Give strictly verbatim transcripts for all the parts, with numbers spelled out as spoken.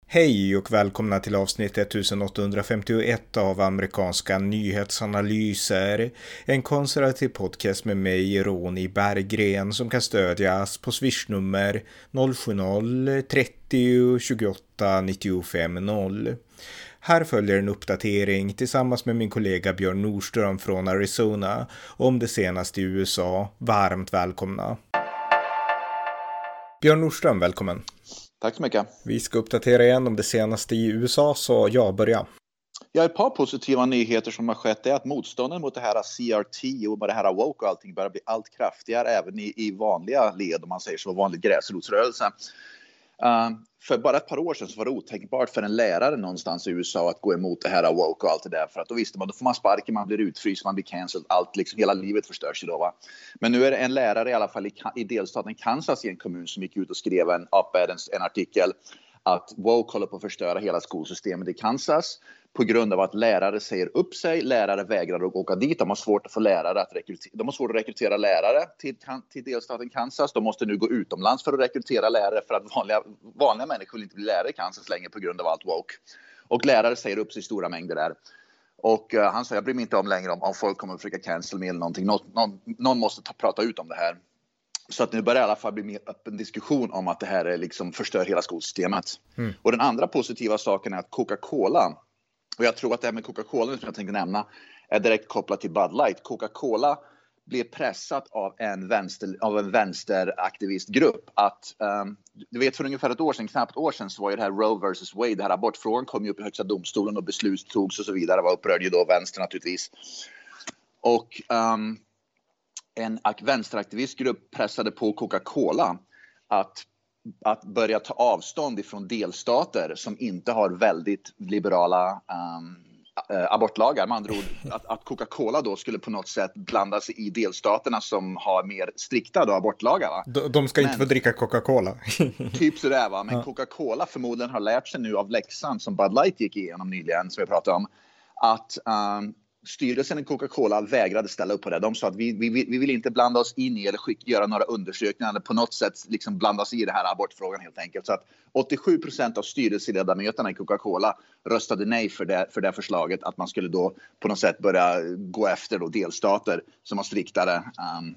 Hej och välkomna till avsnitt ettusενåttahundrafemtioett av amerikanska nyhetsanalyser. En konservativ podcast med mig, Ronny Berggren, som kan stödjas på swishnummer noll sju noll trettio tjugoåtta nittiofem noll. Här följer en uppdatering tillsammans med min kollega Björn Nordström från Arizona om det senaste i U S A. Varmt välkomna. Björn Nordström, välkommen. Tack så mycket. Vi ska uppdatera igen om det senaste i U S A, så jag börjar. Ja, ett par positiva nyheter som har skett är att motstånden mot det här C R T och det här woke och allting börjar bli allt kraftigare även i, i vanliga led, om man säger så, vanlig gräsrotsrörelse. Uh, för bara ett par år sedan så var det otänkbart för en lärare någonstans i U S A att gå emot det här woke och allt det där, för att då visste man, då får man sparken, man blir utfryst, man blir cancelled, allt liksom, hela livet förstörs ju då, va? Men nu är det en lärare i alla fall i, i delstaten Kansas i en kommun som gick ut och skrev en op-ed, en, en artikel att woke håller på att förstöra hela skolsystemet i Kansas på grund av att lärare säger upp sig, lärare vägrar att åka dit, de har svårt att få lärare att rekrytera, de har svårt att rekrytera lärare till, till delstaten Kansas, de måste nu gå utomlands för att rekrytera lärare för att vanliga, vanliga människor vill inte bli lärare i Kansas längre på grund av allt woke. Och lärare säger upp sig i stora mängder där. Och uh, han sa, jag bryr mig inte om längre om, om folk kommer att försöka cancel mig eller någonting, Nå, någon, någon måste ta, prata ut om det här. Så att nu börjar i alla fall bli mer öppen diskussion om att det här är liksom förstör hela skolsystemet. Mm. Och den andra positiva saken är att Coca-Cola, och jag tror att det här med Coca-Cola som jag tänkte nämna är direkt kopplat till Bud Light. Coca-Cola blev pressat av en, vänster, av en vänsteraktivistgrupp att, um, du vet för ungefär ett år sedan, knappt ett år sedan, så var ju det här Roe versus Wade, det här abortfrågan kom ju upp i högsta domstolen och beslut togs och så vidare, var upprörd ju då vänster naturligtvis. Och um, en vänsteraktivistgrupp pressade på Coca-Cola att, att börja ta avstånd ifrån delstater som inte har väldigt liberala um, abortlagar. Man andra ord, att, att Coca-Cola då skulle på något sätt blanda sig i delstaterna som har mer strikta då, abortlagar. Va? De, de ska Men, inte få dricka Coca-Cola. Typ sådär, va? Men ja. Coca-Cola förmodligen har lärt sig nu av läxan som Bud Light gick igenom nyligen, som vi pratade om, att um, styrelsen i Coca-Cola vägrade ställa upp på det. De sa att vi, vi, vi vill inte blanda oss in i eller skick, göra några undersökningar eller på något sätt liksom blanda oss i det här abortfrågan helt enkelt. Så att åttiosju procent av styrelseledamöterna i Coca-Cola röstade nej för det, för det förslaget att man skulle då på något sätt börja gå efter då delstater som har striktare um,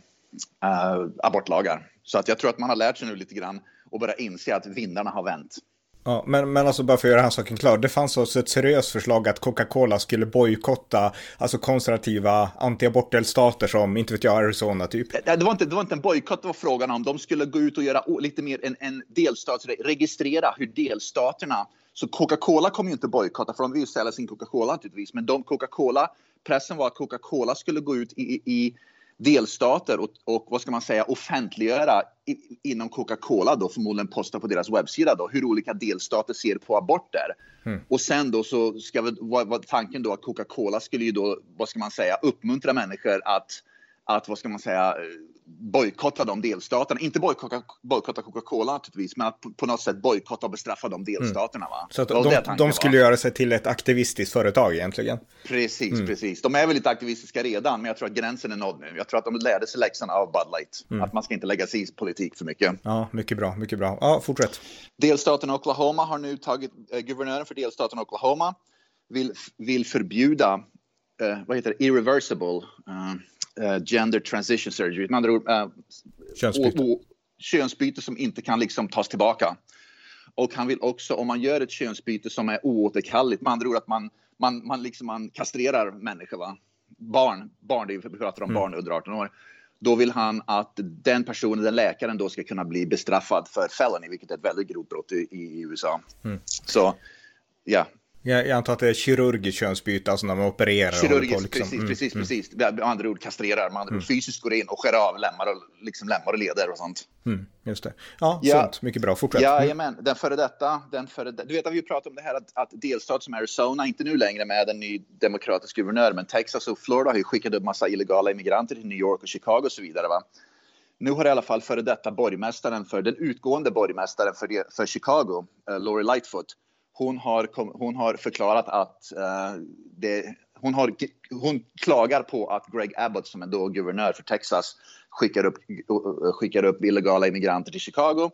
uh, abortlagar. Så att jag tror att man har lärt sig nu lite grann och börja inse att vindarna har vänt. Ja, men, men alltså bara för att göra den här saken klar, det fanns också ett seriöst förslag att Coca-Cola skulle bojkotta alltså konservativa anti-abortdelstater som, inte vet jag, Arizona typ. Det, det, var inte, det var inte en bojkott, det var frågan om de skulle gå ut och göra lite mer en, en delstat, registrera hur delstaterna, så Coca-Cola kommer ju inte bojkotta för de vill ju sälja sin Coca-Cola naturligtvis, men de Coca-Cola, pressen var att Coca-Cola skulle gå ut i, i delstater och, och vad ska man säga offentliggöra i, inom Coca-Cola då, förmodligen posta på deras webbsida då hur olika delstater ser på aborter. Mm. Och sen då så ska vi, vad, vad tanken då att Coca-Cola skulle ju då, vad ska man säga, uppmuntra människor att att vad ska man säga bojkotta de delstaterna, inte bojkotta, bojkotta Coca-Cola naturligtvis, men att på, på något sätt bojkotta och bestraffa de delstaterna. Va? Så att de, de skulle var. göra sig till ett aktivistiskt företag egentligen. Precis, mm. precis. De är väl lite aktivistiska redan, men jag tror att gränsen är nådd nu. Jag tror att de lärde sig läxan av Bud Light. Mm. Att man ska inte lägga sig i politik för mycket. Ja, mycket bra, mycket bra. Ja, fortsätt. Delstaten Oklahoma har nu tagit, eh, guvernören för delstaten Oklahoma vill, vill förbjuda, eh, vad heter det, irreversible eh, Uh, gender transition surgery, med andra ord uh, könsbyte. Och, och, könsbyte som inte kan liksom tas tillbaka. Och han vill också, om man gör ett könsbyte som är oåterkalleligt, med andra ord att man, man, man, liksom, man kastrerar människor, va? Barn, barn, det är, vi pratar om mm. barn under arton år. Då vill han att den personen, den läkaren då ska kunna bli bestraffad för felony, vilket är ett väldigt grovt brott i, i U S A. Mm. Så, ja. Jag, jag antar att det är kirurgiskt könsbyte, alltså när man opererar. Kirurgiskt, på, liksom. precis, mm, precis, mm. precis. Med andra ord kastrerar, med andra ord fysiskt går in och skär av lemmar och, liksom lemmar och leder och sånt. Mm, just det. Ja, ja, sunt. Mycket bra. Fortsätt. Ja, jajamän. Den före detta, den före detta. Du vet att vi pratar om det här att, att delstat som Arizona, inte nu längre med en ny demokratisk guvernör, men Texas och Florida har ju skickat upp massa illegala immigranter till New York och Chicago och så vidare, va? Nu har i alla fall före detta borgmästaren för, den utgående borgmästaren för, för Chicago, uh, Lori Lightfoot, Hon har, hon har förklarat att uh, det, hon, har, hon klagar på att Greg Abbott, som är då guvernör för Texas, skickar upp, skickar upp illegala immigranter till Chicago.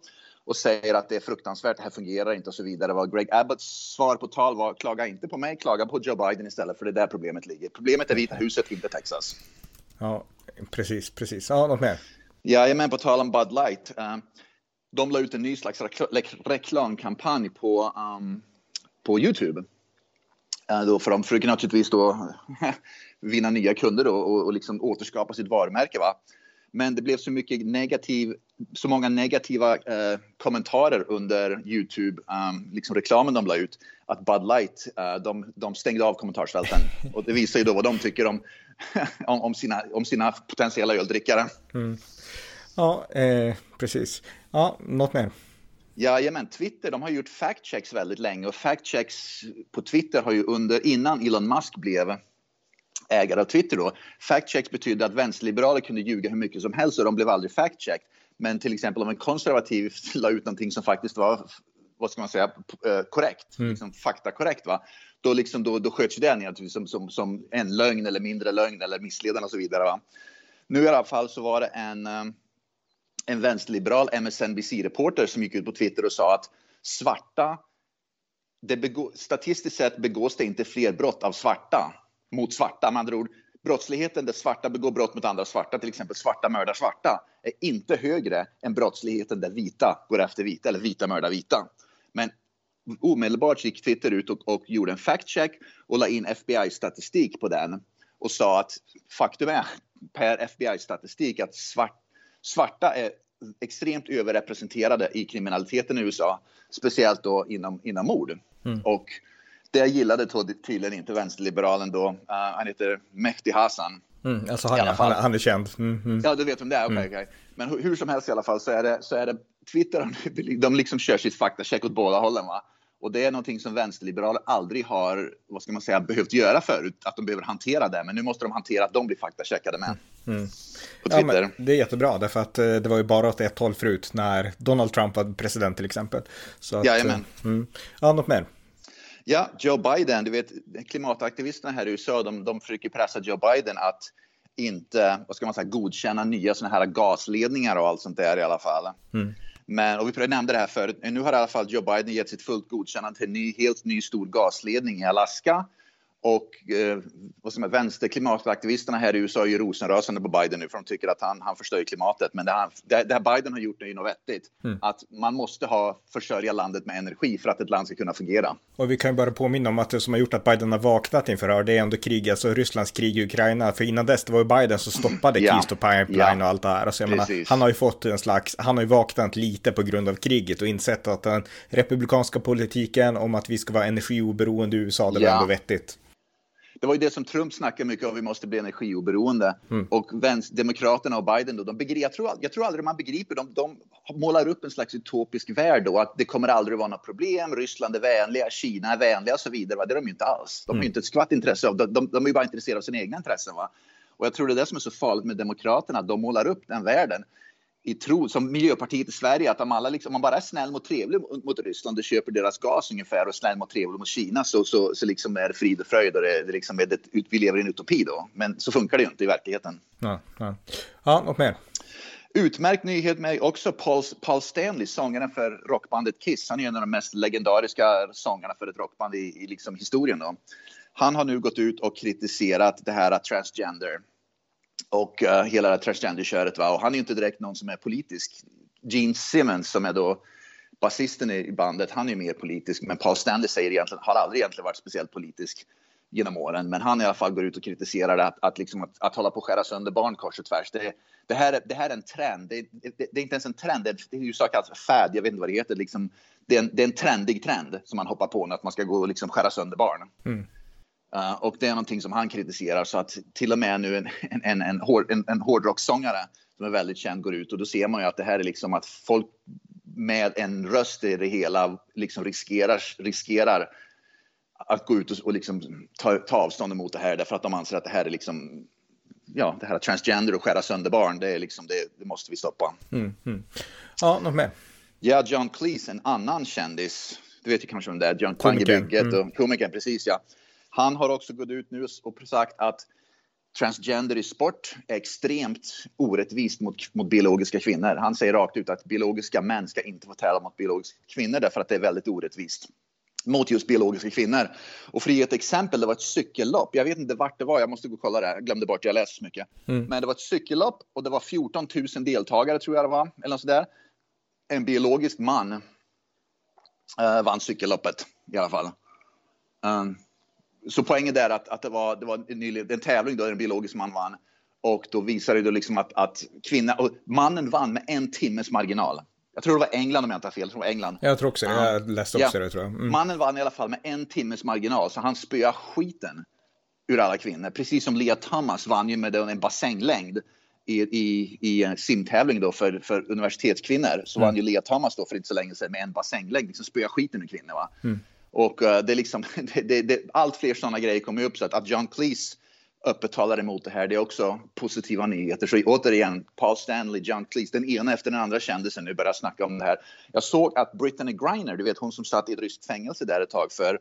och säger att det är fruktansvärt, det här fungerar inte och så vidare. Vad Greg Abbotts svar på tal var: klaga inte på mig, klaga på Joe Biden istället, för det är där problemet ligger. Problemet är Vita huset, inte Texas. Ja, precis, precis. Ja, något mer? Ja, jag men på tal om Bud Light. Uh, de la ut en ny slags rekl- reklamkampanj på, um, på YouTube. Uh, då, för de försöker naturligtvis då vinna nya kunder då, och, och liksom återskapa sitt varumärke, va? Men det blev så mycket negativ, så många negativa uh, kommentarer under YouTube, um, liksom reklamen de la ut, att Bud Light, uh, de, de stängde av kommentarsfälten. Och det visar ju då vad de tycker om, om, om, sina, om sina potentiella öldrickare. Mm. Ja, eh, precis. Ja, något mer? Ja, men Twitter, de har gjort fact-checks väldigt länge, och fact-checks på Twitter har ju under, innan Elon Musk blev ägare av Twitter då, fact-checks betydde att vänsterliberaler kunde ljuga hur mycket som helst och de blev aldrig fact-checked. Men till exempel om en konservativ la ut någonting som faktiskt var, vad ska man säga, korrekt, mm. liksom faktakorrekt, va? Då, liksom, då, då sköts det ner som, som, som en lögn eller mindre lögn eller missledande och så vidare, va? Nu i alla fall så var det en... en vänsterliberal M S N B C-reporter som gick ut på Twitter och sa att svarta, det begå, statistiskt sett begås det inte fler brott av svarta mot svarta. Man andra ord, brottsligheten där svarta begår brott mot andra svarta, till exempel svarta mördar svarta, är inte högre än brottsligheten där vita går efter vita eller vita mördar vita. Men omedelbart gick Twitter ut och, och gjorde en fact-check och la in F B I-statistik på den och sa att faktum är per F B I-statistik att svart Svarta är extremt överrepresenterade i kriminaliteten i U S A, speciellt då inom, inom mord. Mm. Och det gillade tydligen inte vänsterliberalen då. Uh, han heter Mehdi Hassan. Mm, alltså han, han, han är känd. Mm, mm. Ja, du vet om det är. Okay, mm. okay. Men hur, hur som helst i alla fall så är det, så är det Twitter, de liksom kör sitt faktacheck åt båda hållen, va? Och det är någonting som vänsterliberaler aldrig har, vad ska man säga, behövt göra förut. Att de behöver hantera det. Men nu måste de hantera att de blir faktacheckade med. Mm. På Twitter. Ja, det är jättebra. Därför att det var ju bara åt ett håll förut när Donald Trump var president till exempel. Så att, Jajamän. Mm. Ja, något mer? Ja, Joe Biden. Du vet, klimataktivisterna här i U S A, de, de försöker pressa Joe Biden att inte, vad ska man säga, godkänna nya såna här gasledningar och allt sånt där i alla fall. Mm. Men, och vi nämnde det här förut, nu har i alla fall Joe Biden gett sitt fullt godkännande till en ny, helt ny stor gasledning i Alaska. Och eh, vad som är vänster klimataktivisterna här i U S A är ju rosenrasande på Biden nu, för de tycker att han, han förstör klimatet. Men det, han, det, det här Biden har gjort är ju något vettigt. Mm. Att man måste ha försörja landet med energi för att ett land ska kunna fungera. Och vi kan ju bara påminna om att det som har gjort att Biden har vaknat inför det är ändå krig, alltså Rysslands krig i Ukraina. För innan dess det var ju Biden som stoppade ja. Keystone Pipeline ja. Och allt det här. Alltså jag menar, han har ju fått en slags, han har ju vaknat lite på grund av kriget och insett att den republikanska politiken om att vi ska vara energioberoende i U S A, det var ja. ändå vettigt. Det var ju det som Trump snackade mycket om, vi måste bli energioberoende. Mm. Och vänster, demokraterna och Biden då, de begriper, jag, tror, jag tror aldrig man begriper, de, de målar upp en slags utopisk värld då, att det kommer aldrig vara något problem, Ryssland är vänliga, Kina är vänliga och så vidare. Va? Det är de ju inte alls. De har ju inte ett skvatt intresse av, de, de, de är ju bara intresserade av sina egna intressen. Va? Och jag tror det är det som är så farligt med demokraterna, de målar upp den världen i tro, som Miljöpartiet i Sverige, att om alla liksom, om man bara är snäll mot trevlig mot Ryssland och köper deras gas ungefär och snäll mot trevlig mot Kina, så, så, så liksom är det frid och fröjd och det, det liksom är det, vi lever i en utopi då. Men så funkar det ju inte i verkligheten. Ja, ja. Ja, något mer? Utmärkt nyhet med också Paul, Paul Stanley, sångaren för rockbandet Kiss. Han är en av de mest legendariska sångarna för ett rockband i, i liksom historien då. Han har nu gått ut och kritiserat det här transgender och uh, hela det här transgender-köret, va? Och han är ju inte direkt någon som är politisk. Gene Simmons som är då basisten i bandet, han är ju mer politisk, men Paul Stanley säger egentligen, har aldrig egentligen varit speciellt politisk genom åren, men han i alla fall går ut och kritiserar det, att, att, liksom att, att hålla på att skära sönder barn kors och tvärs. Det, det, här, är, det här är en trend, det, det, det är inte ens en trend, det är, det är ju så kallat fad, jag vet inte vad det heter, liksom, det, är en, det är en trendig trend som man hoppar på, att man ska gå och liksom skära sönder barn. Mm. Uh, och det är någonting som han kritiserar, så att till och med nu en, en, en, en, hård, en, en hårdrocksångare som är väldigt känd går ut, och då ser man ju att det här är liksom att folk med en röst i det hela liksom riskerar, riskerar att gå ut och, och liksom ta, ta avstånd emot det här, därför att de anser att det här är liksom, ja, det här transgender och skära sönder barn, det är liksom, det, det måste vi stoppa. Mm, mm. Ja, något mer? Ja, John Cleese, en annan kändis, du vet ju kanske om det är John Tangebygget och komikern, precis ja. Han har också gått ut nu och sagt att transgender i sport är extremt orättvist mot, mot biologiska kvinnor. Han säger rakt ut att biologiska män ska inte få tävla mot biologiska kvinnor därför att det är väldigt orättvist mot just biologiska kvinnor. Och för att ge ett exempel, det var ett cykellopp. Jag vet inte vart det var, jag måste gå och kolla det. Jag glömde bort, jag läste så mycket. Mm. Men det var ett cykellopp och det var fjorton tusen deltagare tror jag det var. Eller något sådär. En biologisk man uh, vann cykelloppet i alla fall. Um, så poängen är att, att det var, det var en, en tävling där en biologisk man vann. Och då visade det liksom att, att kvinna, och mannen vann med en timmes marginal. Jag tror det var England om jag inte har fel. Jag tror det var England. Jag tror också det. Jag läste också ja. det tror jag. Mm. Mannen vann i alla fall med en timmes marginal. Så han spöade skiten ur alla kvinnor. Precis som Leah Thomas vann ju med en bassänglängd i, i, i en simtävling då för, för universitetskvinnor. Så mm. vann ju Leah Thomas då för inte så länge sedan med en bassänglängd. Liksom spöade skiten ur kvinnor va. Mm. Och uh, det är liksom, det, det, det, allt fler sådana grejer kommer upp. Så att, att John Cleese öppet talar emot det här. Det är också positiva nyheter. Så återigen, Paul Stanley, John Cleese, den ena efter den andra kändisen nu börjar snacka om det här. Jag såg att Brittany Griner, du vet hon som satt i ett ryskt fängelse där ett tag för,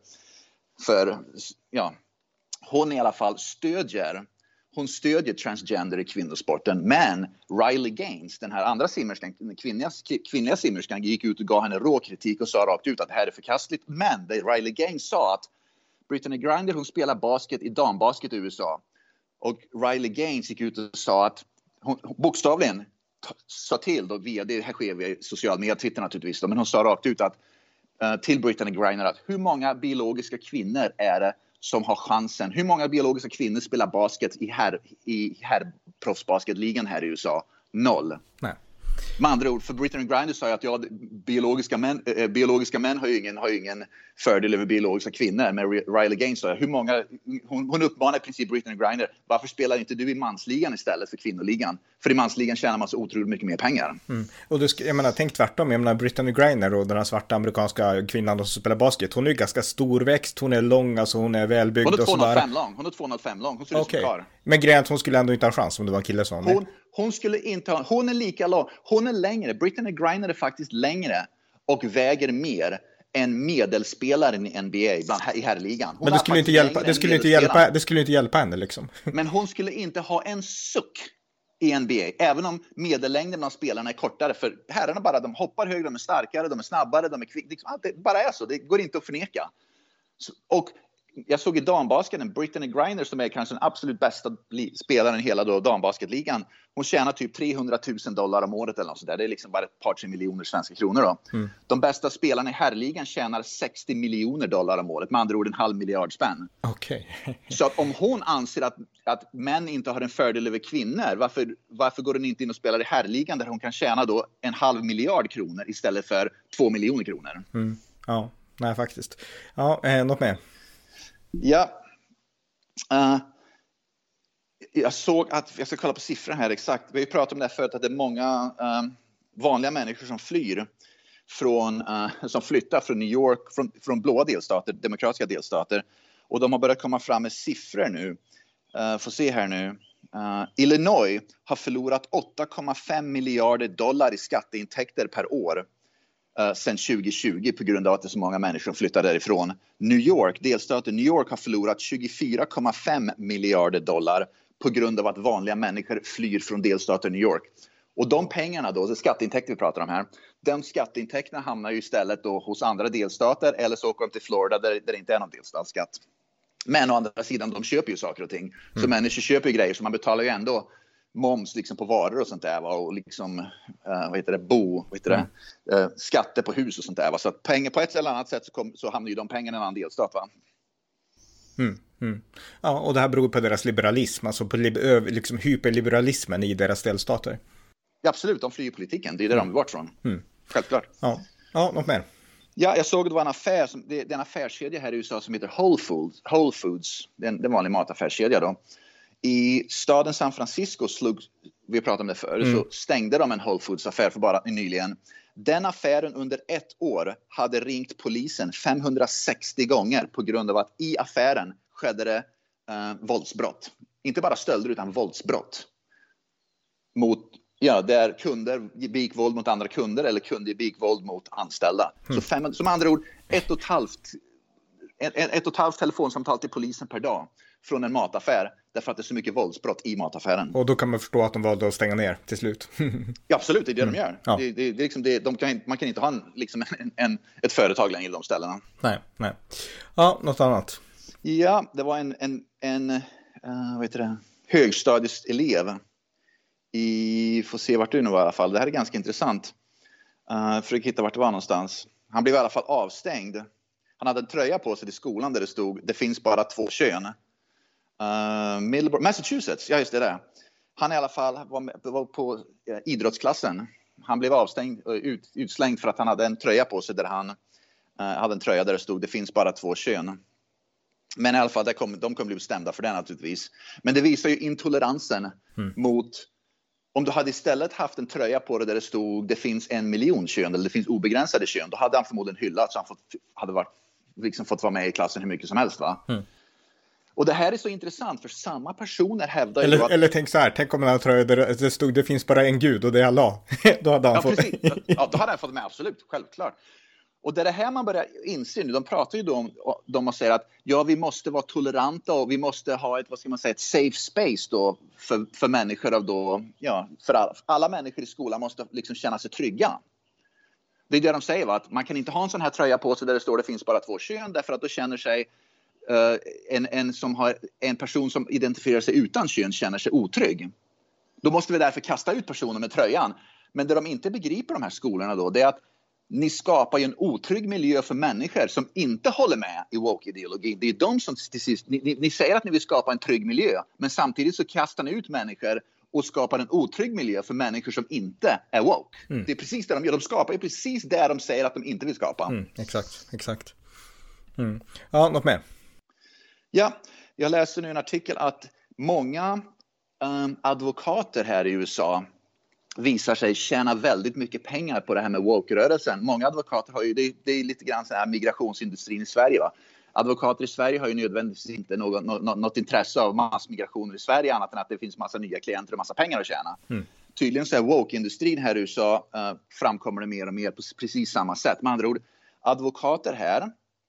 för ja, hon i alla fall stödjer, hon stödjer transgender i kvinnosporten. Men Riley Gaines, den här andra simmerskan, den kvinnliga, kvinnliga simmerskan, gick ut och gav henne rå kritik och sa rakt ut att det här är förkastligt. Men det Riley Gaines sa att Brittany Griner, hon spelar basket i dambasket i U S A. Och Riley Gaines gick ut och sa att hon bokstavligen t- sa till då via, det här sker via social media, Twitter naturligtvis då, men hon sa rakt ut att uh, till Brittany Griner att hur många biologiska kvinnor är det som har chansen, hur många biologiska kvinnor spelar basket i här i här proffsbasketligan här i U S A? Noll. Nej. Med andra ord, för Brittany Griner sa att ja, biologiska män, äh, biologiska män har ju ingen, har ju ingen fördel över biologiska kvinnor. Men Riley Gaines sa hur många, hon, hon uppmanar i princip Brittany Griner, varför spelar inte du i mansligan istället för kvinnoligan? För i mansligan tjänar man så otroligt mycket mer pengar. Mm. Och du, jag menar, tänk tvärtom, jag menar Brittany Griner och den här svarta amerikanska kvinnan som spelar basket, hon är ganska storväxt, hon är lång, alltså hon är välbyggd. Hon är två noll fem lång, hon är två noll fem lång, hon ser okay. ut som kar. Men grejen hon skulle ändå inte ha chans om det var en kille som hon, hon skulle inte ha, hon är lika lång, hon är längre, Brittany Griner är faktiskt längre och väger mer än medelspelaren i N B A bland, i herrligan. Men det skulle inte hjälpa, det skulle inte hjälpa, det skulle inte hjälpa henne liksom. Men hon skulle inte ha en suck i N B A, även om medellängden av spelarna är kortare, för herrarna bara, de hoppar högre, de är starkare, de är snabbare, de är kvick, liksom, det bara är så, det går inte att förneka. Så, och jag såg i dambasketen Brittany Griner som är kanske den absolut bästa spelaren i hela då dambasketligan. Hon tjänar typ trehundratusen dollar om året eller något sådär. Det är liksom bara ett par tre miljoner svenska kronor då. Mm. De bästa spelarna i herrligan tjänar sextio miljoner dollar om året. Med andra ord en halv miljard spänn. Okay. Så att om hon anser att, att män inte har en fördel över kvinnor, varför, varför går hon inte in och spelar i herrligan där hon kan tjäna då en halv miljard kronor istället för två miljoner kronor? Mm. Ja, nej faktiskt. Ja, eh, något mer? Ja, uh, jag såg att, jag ska kolla på siffran här exakt. Vi har ju pratat om det här förut att det är många uh, vanliga människor som flyr från, uh, som flyttar från New York, från, från blåa delstater, demokratiska delstater. Och de har börjat komma fram med siffror nu. Uh, får se här nu. Uh, Illinois har förlorat åtta komma fem miljarder dollar i skatteintäkter per år. Uh, sen tjugo tjugo på grund av att det är så många människor som flyttar därifrån. New York, delstaten New York har förlorat tjugofyra komma fem miljarder dollar på grund av att vanliga människor flyr från delstaten New York. Och de pengarna då, det skatteintäkter vi pratar om här, de skatteintäkterna hamnar ju istället då hos andra delstater eller så åker de till Florida där, där det inte är någon delstatsskatt. Men å andra sidan, de köper ju saker och ting. Så mm. människor köper ju grejer så man betalar ju ändå moms liksom på varor och sånt där va? Och liksom uh, vad heter det bo vad heter det mm. uh, skatter på hus och sånt där va? Så att pengar på ett eller annat sätt så, kom, så hamnar ju de pengarna i en annan delstat va. Mm, mm. Ja, och det här beror på deras liberalism, alltså på li- liksom hyperliberalismen i deras delstater. Ja, absolut, de flyr politiken, det är det mm. de vill bort från. Mm. Självklart. Ja. Ja, något mer. Ja, jag såg det var en affär som det, det är en affärskedja här i U S A som heter Whole Foods, Whole Foods. Det är en, det är en vanlig mataffärskedja då. I staden San Francisco slog, vi pratade om det förr, mm. så stängde de en Whole Foods-affär för bara nyligen. Den affären under ett år hade ringt polisen femhundrasextio gånger på grund av att i affären skedde det eh, våldsbrott. Inte bara stölder utan våldsbrott. Mot, ja, där kunder begick våld mot andra kunder eller kunder begick våld mot anställda. Mm. Så fem, som andra ord, ett och ett halvt, ett, ett och ett halvt telefonsamtal till polisen per dag från en mataffär därför att det är så mycket våldsbrott i mataffären. Och då kan man förstå att de valde att stänga ner till slut. Ja, absolut, det är det mm. de gör. Ja. Det, det, det är liksom det, de kan, man kan inte ha en, liksom en, en, ett företag längre i de ställena. Nej, nej. Ja, något annat. Ja, det var en, en, en uh, vad heter det? högstadieselev i, får se vart du nu var i alla fall. Det här är ganska intressant. Uh, försök hitta vart det var någonstans. Han blev i alla fall avstängd. Han hade en tröja på sig i skolan där det stod det finns bara två kön. Uh, Middleborough, Massachusetts, ja just det där. Han i alla fall var, med, var på uh, idrottsklassen. Han blev avstängd och ut, utslängd för att han hade en tröja på sig där han uh, hade en tröja där det stod det finns bara två kön. Men i alla fall, kom, de kommer bli bestämda för det naturligtvis. Men det visar ju intoleransen mm. mot... Om du hade istället haft en tröja på det där det stod det finns en miljon kön eller det finns obegränsade kön, då hade han förmodligen hyllat så han fått, hade varit, liksom fått vara med i klassen hur mycket som helst. Va? Mm. Och det här är så intressant för samma personer hävdar eller, ju att... Eller tänk så här, tänk om den här tröjan där det stod det finns bara en gud och det är Allah. Då hade han ja, fått... precis. Ja, då hade han fått med, absolut, självklart. Och det är det här man börjar inse nu. De pratar ju då om, de säger att ja, vi måste vara toleranta och vi måste ha ett, vad ska man säga, ett safe space då för, för människor av då, ja, för alla, alla människor i skolan måste liksom känna sig trygga. Det är det de säger, va? Att man kan inte ha en sån här tröja på sig där det står det finns bara två kön, därför att då känner sig uh, en, en, som har, en person som identifierar sig utan kön känner sig otrygg. Då måste vi därför kasta ut personen med tröjan. Men det de inte begriper de här skolorna då, det är att ni skapar ju en otrygg miljö för människor som inte håller med i woke-ideologin. Det är de som till sist, ni, ni, ni säger att ni vill skapa en trygg miljö, men samtidigt så kastar ni ut människor och skapar en otrygg miljö för människor som inte är woke. Mm. Det är precis det de gör. De skapar ju precis det de säger att de inte vill skapa. Mm, exakt, exakt. Mm. Ja, något mer? Ja, jag läste nu en artikel att många um, advokater här i U S A visar sig tjäna väldigt mycket pengar på det här med woke-rörelsen. Många advokater har ju, det, det är lite grann så här migrationsindustrin i Sverige, va? Advokater i Sverige har ju nödvändigtvis inte något, något, något intresse av massmigrationer i Sverige annat än att det finns massa nya klienter och massa pengar att tjäna. Mm. Tydligen så är woke-industrin här i U S A uh, framkommer det mer och mer på precis samma sätt. Med andra ord, advokater här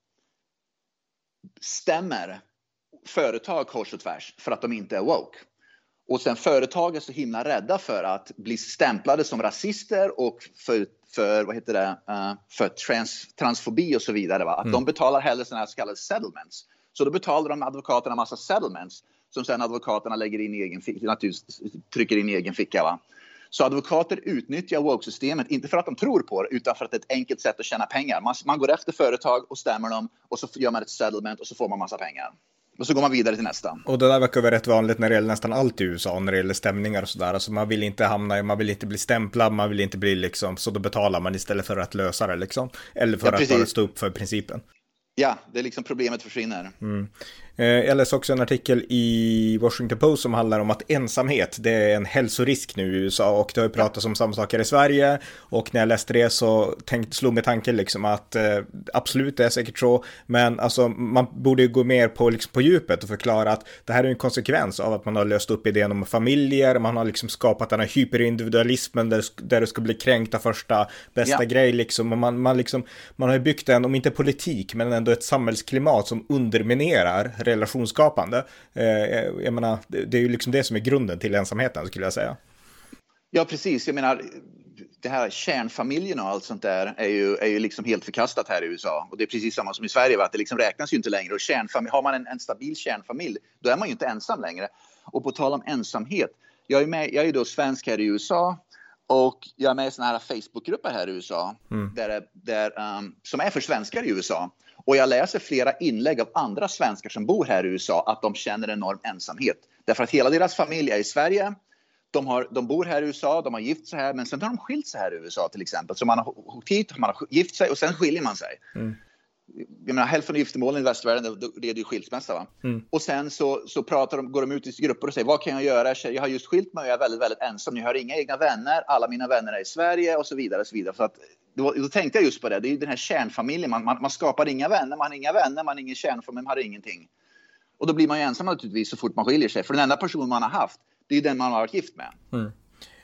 stämmer företag kors och tvärs för att de inte är woke. Och sen företag är så himla rädda för att bli stämplade som rasister och för, för vad heter det, uh, för trans, transfobi och så vidare. Va? Att mm. de betalar hellre sådana här så kallade settlements. Så då betalar de advokaterna en massa settlements som sen advokaterna lägger in i egen ficka, trycker in i egen ficka. Va? Så advokater utnyttjar woke-systemet inte för att de tror på det utan för att det är ett enkelt sätt att tjäna pengar. Man, man går efter företag och stämmer dem och så gör man ett settlement och så får man massa pengar. Och så går man vidare till nästa. Och det där verkar vara rätt vanligt när det gäller nästan allt i U S A, när det gäller stämningar och sådär. Alltså man vill inte hamna, man vill inte bli stämplad, man vill inte bli liksom, så då betalar man istället för att lösa det liksom. Eller för ja, att bara stå upp för principen. Ja, det är liksom problemet försvinner. Mm. Jag läste också en artikel i Washington Post som handlar om att ensamhet, det är en hälsorisk nu i U S A och det har ju pratats om samma saker i Sverige och när jag läste det så tänkte, slog mig tanken liksom att eh, absolut det är säkert så, men alltså man borde ju gå mer på, liksom, på djupet och förklara att det här är en konsekvens av att man har löst upp idén om familjer, man har liksom skapat den här hyperindividualismen där, där det ska bli kränkt av första bästa ja. grej liksom, och man, man, liksom, man har ju byggt en, om inte politik men ändå ett samhällsklimat som underminerar relationsskapande. Eh, jag menar, det, det är ju liksom det som är grunden till ensamheten skulle jag säga. Ja, precis. Jag menar, det här kärnfamiljen och allt sånt där är ju, är ju liksom helt förkastat här i U S A. Och det är precis samma som i Sverige, va? Att det liksom räknas ju inte längre. Och kärnfamilj, har man en, en stabil kärnfamilj, då är man ju inte ensam längre. Och på tal om ensamhet, jag är, med, jag är ju då svensk här i U S A och jag är med i såna här Facebookgrupper här i U S A mm. där, där, um, som är för svenskar i U S A. Och jag läser flera inlägg av andra svenskar som bor här i U S A att de känner enorm ensamhet. Därför att hela deras familj är i Sverige. De, har, de bor här i U S A, de har gift sig här, men sen har de skilt sig här i U S A till exempel. Så man har åkt hit, man har gift sig och sen skiljer man sig. Mm. Jag menar, hälften av giftermålen i västvärlden, det är ju skilsmässa, va? Mm. Och sen så, så pratar de, går de ut i grupper och säger, vad kan jag göra? Jag har just skilt mig och jag är väldigt, väldigt ensam. Jag har inga egna vänner, alla mina vänner är i Sverige och så vidare. Och så vidare. Så att, då, då tänkte jag just på det, det är ju den här kärnfamiljen. Man, man, man skapar inga vänner, man har inga vänner, man har ingen kärnfamilj, man har ingenting. Och då blir man ju ensam naturligtvis så fort man skiljer sig. För den enda personen man har haft, det är den man har varit gift med. Mm.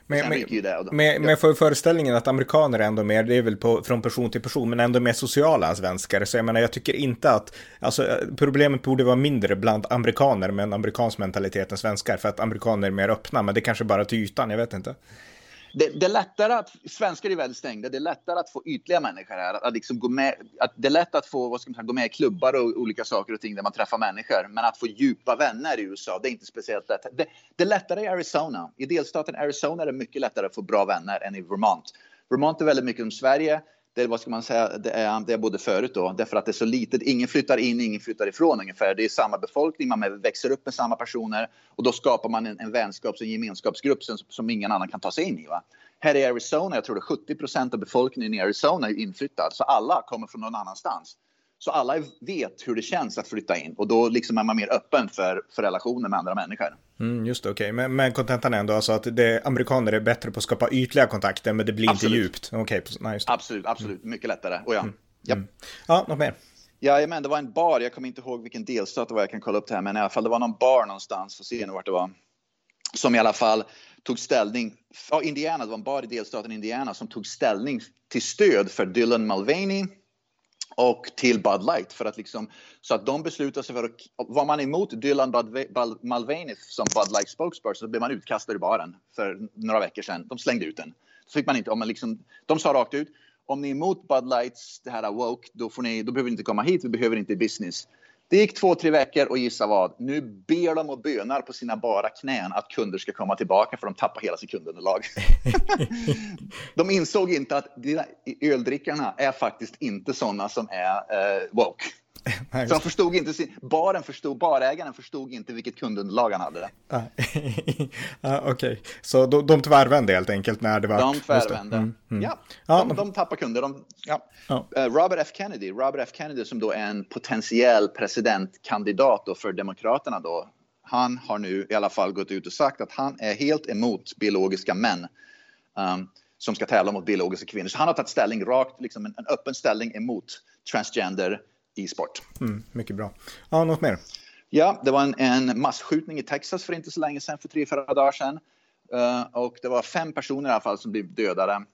Men, men, men, men för föreställningen att amerikaner är ändå mer, det är väl på, från person till person, men ändå mer sociala svenskar. Så jag menar, jag tycker inte att, alltså problemet borde vara mindre bland amerikaner med en amerikansk mentalitet än svenskar, för att amerikaner är mer öppna, men det kanske bara till ytan, jag vet inte. Det, det är lättare att, svenskar är väldigt stängda, det är lättare att få ytliga människor här, att, att liksom gå med, att det är lätt att få, vad ska man säga, gå med i klubbar och olika saker och ting där man träffar människor, men att få djupa vänner i U S A, det är inte speciellt lätt. Det, det är lättare i Arizona, i delstaten Arizona är det mycket lättare att få bra vänner än i Vermont. Vermont är väldigt mycket om Sverige. Det är, vad ska man säga, det är, det är både förut då, därför att det är så litet, ingen flyttar in, ingen flyttar ifrån ungefär. Det är samma befolkning, man växer upp med samma personer och då skapar man en, en vänskaps- och gemenskapsgrupp som, som ingen annan kan ta sig in i. Va? Här i Arizona, jag tror det är sjuttio procent av befolkningen i Arizona är inflyttad, så alla kommer från någon annanstans. Så alla vet hur det känns att flytta in och då liksom är man mer öppen för, för relationer med andra människor. Mm, just det, okej. Okay. Men, men kontentan är ändå alltså att det, amerikaner är bättre på att skapa ytliga kontakter, men det blir absolut. Inte djupt. Okay, nice. Absolut, absolut. Mm. Mycket lättare. Och ja. Mm. Ja. Mm. Ja, något mer? Ja, men det var en bar, jag kommer inte ihåg vilken delstat det var, jag kan kolla upp det här, men i alla fall det var någon bar någonstans, och se nu vart det var, som i alla fall tog ställning, ja, Indiana, det var en bar i delstaten Indiana som tog ställning till stöd för Dylan Mulvaney och till Bud Light, för att liksom, så att de beslutade sig för att, var man emot Dylan Mulvaney som Bud Light spokesperson, så blev man utkastad ur baren för några veckor sedan. De slängde ut den. Så fick man inte, om man liksom, de sa rakt ut, om ni är emot Bud Lights, det här woke, då, får ni, då behöver ni inte komma hit, vi behöver inte business. Det gick två, tre veckor och gissa vad? Nu ber de och bönar på sina bara knän att kunder ska komma tillbaka, för de tappar hela sitt kundunderlag. De insåg inte att öldrickarna är faktiskt inte sådana som är uh, woke. Så de förstod inte sin, baren förstod, barägaren förstod inte vilket kundunderlag han hade. Ah, Okej, okay. Så de, de tvärvände helt enkelt när det var... De tvärvände, mm, mm. ja. De, de, de tappar kunder. De, ja. Oh. Uh, Robert F. Kennedy, Robert F. Kennedy som då är en potentiell presidentkandidat då för Demokraterna då. Han har nu i alla fall gått ut och sagt att han är helt emot biologiska män um, som ska tävla mot biologiska kvinnor. Så han har tagit ställning rakt, liksom en, en öppen ställning emot transgender i sport. Mm, mycket bra. Ja, något mer? Ja, det var en, en massskjutning i Texas för inte så länge sedan, för tre, fyra dagar sedan. Uh, och det var fem personer i alla fall som blev dödade.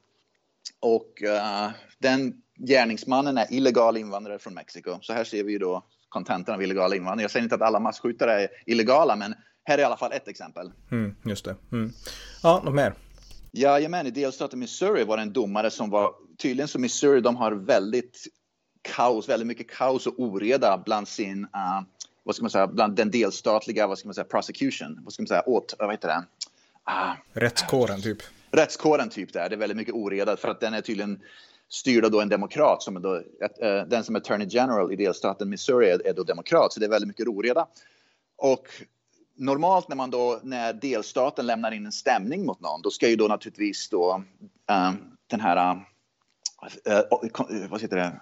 Och uh, den gärningsmannen är illegal invandrare från Mexiko. Så här ser vi ju då kontentan av illegal invandring. Jag säger inte att alla massskjutare är illegala, men här är i alla fall ett exempel. Mm, just det. Mm. Ja, något mer? Ja, men i delstaten Missouri var det en domare som var, tydligen så Missouri, de har väldigt kaos, väldigt mycket kaos och oreda bland sin, uh, vad ska man säga, bland den delstatliga, vad ska man säga, prosecution, vad ska man säga, åt, vad heter det? Uh, rättskåren typ. Rättskåren typ där, det är väldigt mycket oreda, för att den är tydligen styrd av då en demokrat, som är då, uh, den som är Attorney General i delstaten Missouri är, är då demokrat, så det är väldigt mycket oreda. Och normalt när man då, när delstaten lämnar in en stämning mot någon, då ska ju då naturligtvis då uh, den här uh, Uh, vad heter det?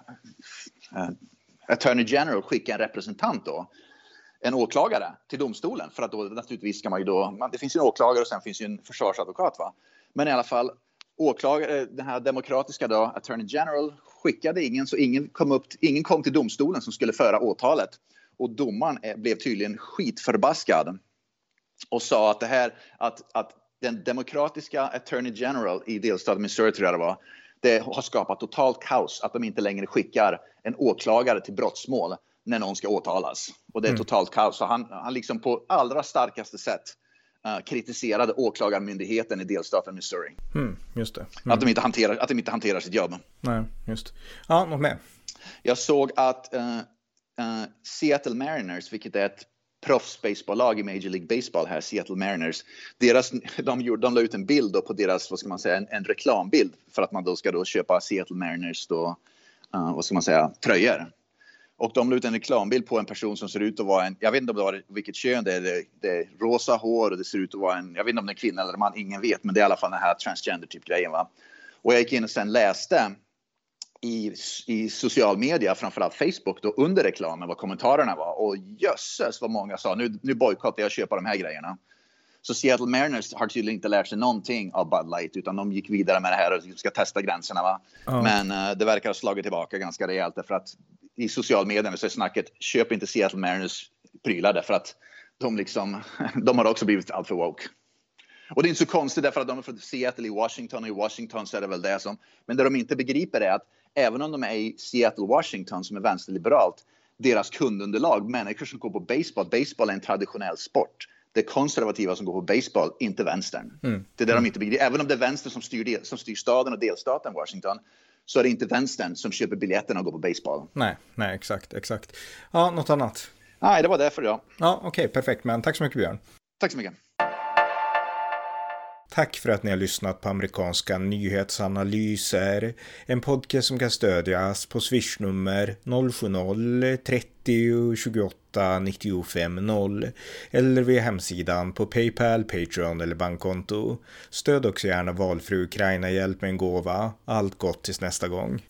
Uh, Attorney General skicka en representant då, en åklagare till domstolen, för att då naturligtvis ska man ju då, man, det finns ju en åklagare och sen finns ju en försvarsadvokat, va? Men i alla fall åklagare, den här demokratiska då, Attorney General skickade ingen, så ingen kom upp, ingen kom till domstolen som skulle föra åtalet, och domaren är, blev tydligen skitförbaskad och sa att det här, att, att den demokratiska Attorney General i delstaten Missouri, tror jag det var, det har skapat totalt kaos att de inte längre skickar en åklagare till brottsmål när någon ska åtalas. Och det är totalt kaos. Så han, han liksom på allra starkaste sätt uh, kritiserade åklagarmyndigheten i delstaten Missouri. Mm, just det. Mm. Att, de inte hanterar, att de inte hanterar sitt jobb. Nej, just. Ja, något mer? Jag såg att uh, uh, Seattle Mariners, vilket är ett proffsbaseballlag i Major League Baseball här, Seattle Mariners, deras, de, gjorde, de la ut en bild då på deras, vad ska man säga, en, en reklambild för att man då ska då köpa Seattle Mariners då, uh, vad ska man säga, tröjor. Och de la ut en reklambild på en person som ser ut att vara en, jag vet inte om det var vilket kön det är, det, det är rosa hår och det ser ut att vara en, jag vet inte om det är kvinna eller man, ingen vet, men det är i alla fall den här transgender typ grejen, va. Och jag gick in och sen läste i, i social media, framförallt Facebook då, under reklamen, vad kommentarerna var, och jösses vad många sa, nu, nu bojkottar jag köpa de här grejerna. Så Seattle Mariners har tydligen inte lärt sig någonting av Bud Light, utan de gick vidare med det här och ska testa gränserna, va? Oh. Men uh, det verkar ha slagit tillbaka ganska rejält, därför att i social media så är snacket, köp inte Seattle Mariners prylar, därför att de liksom, de har också blivit allt för woke. Och det är inte så konstigt därför att de är från Seattle i Washington, och i Washington så är det väl det som... Men det de inte begriper är att även om de är i Seattle, Washington som är vänsterliberalt, deras kundunderlag, människor som går på baseball, baseball är en traditionell sport. Det är konservativa som går på baseball, inte vänstern. Mm. Det är det de inte begriper. Även om det är vänstern som styr, som styr staden och delstaten Washington, så är det inte vänstern som köper biljetterna och går på baseball. Nej, nej, exakt, exakt. Ja, något annat? Nej, det var det för idag. Ja, okej, okay, perfekt. Men tack så mycket, Björn. Tack så mycket. Tack för att ni har lyssnat på amerikanska nyhetsanalyser. En podcast som kan stödjas på swishnummer noll sju noll trettio tjugoåtta nittiofem noll eller via hemsidan på PayPal, Patreon eller bankkonto. Stöd också gärna valfri Ukraina-hjälp med en gåva. Allt gott tills nästa gång.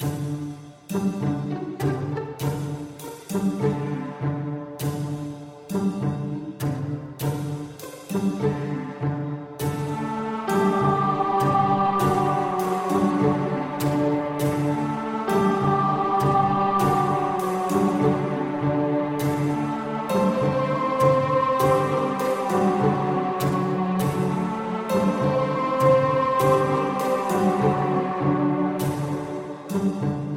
Thank you.